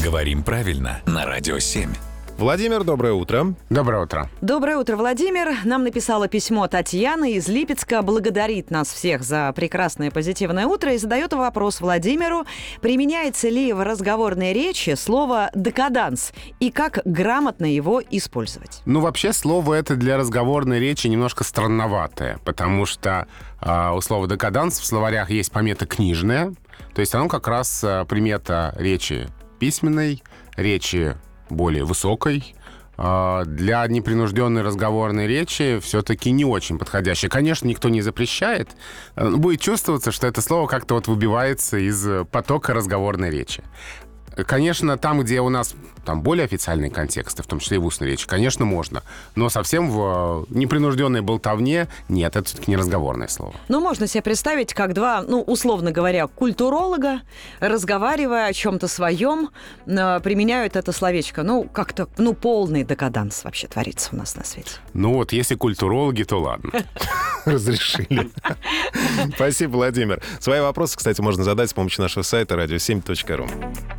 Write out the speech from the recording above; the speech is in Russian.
Говорим правильно на Радио 7. Владимир, доброе утро. Доброе утро. Доброе утро, Владимир. Нам написала письмо Татьяна из Липецка, благодарит нас всех за прекрасное позитивное утро и задает вопрос Владимиру, применяется ли в разговорной речи слово «декаданс» и как грамотно его использовать? Вообще, слово это для разговорной речи немножко странноватое, потому что у слова «декаданс» в словарях есть помета книжная, то есть оно как раз примета речи письменной, речи более высокой, для непринужденной разговорной речи все-таки не очень подходящее. Конечно, никто не запрещает. Будет чувствоваться, что это слово как-то выбивается из потока разговорной речи. Конечно, там, где у нас более официальные контексты, в том числе и в устной речи, конечно, можно. Но совсем в непринужденной болтовне нет, это все-таки не разговорное слово. Можно себе представить, как два, условно говоря, культуролога, разговаривая о чем-то своем, применяют это словечко. Как-то, полный декаданс вообще творится у нас на свете. Если культурологи, то ладно. Разрешили. Спасибо, Владимир. Свои вопросы, кстати, можно задать с помощью нашего сайта radio7.ru.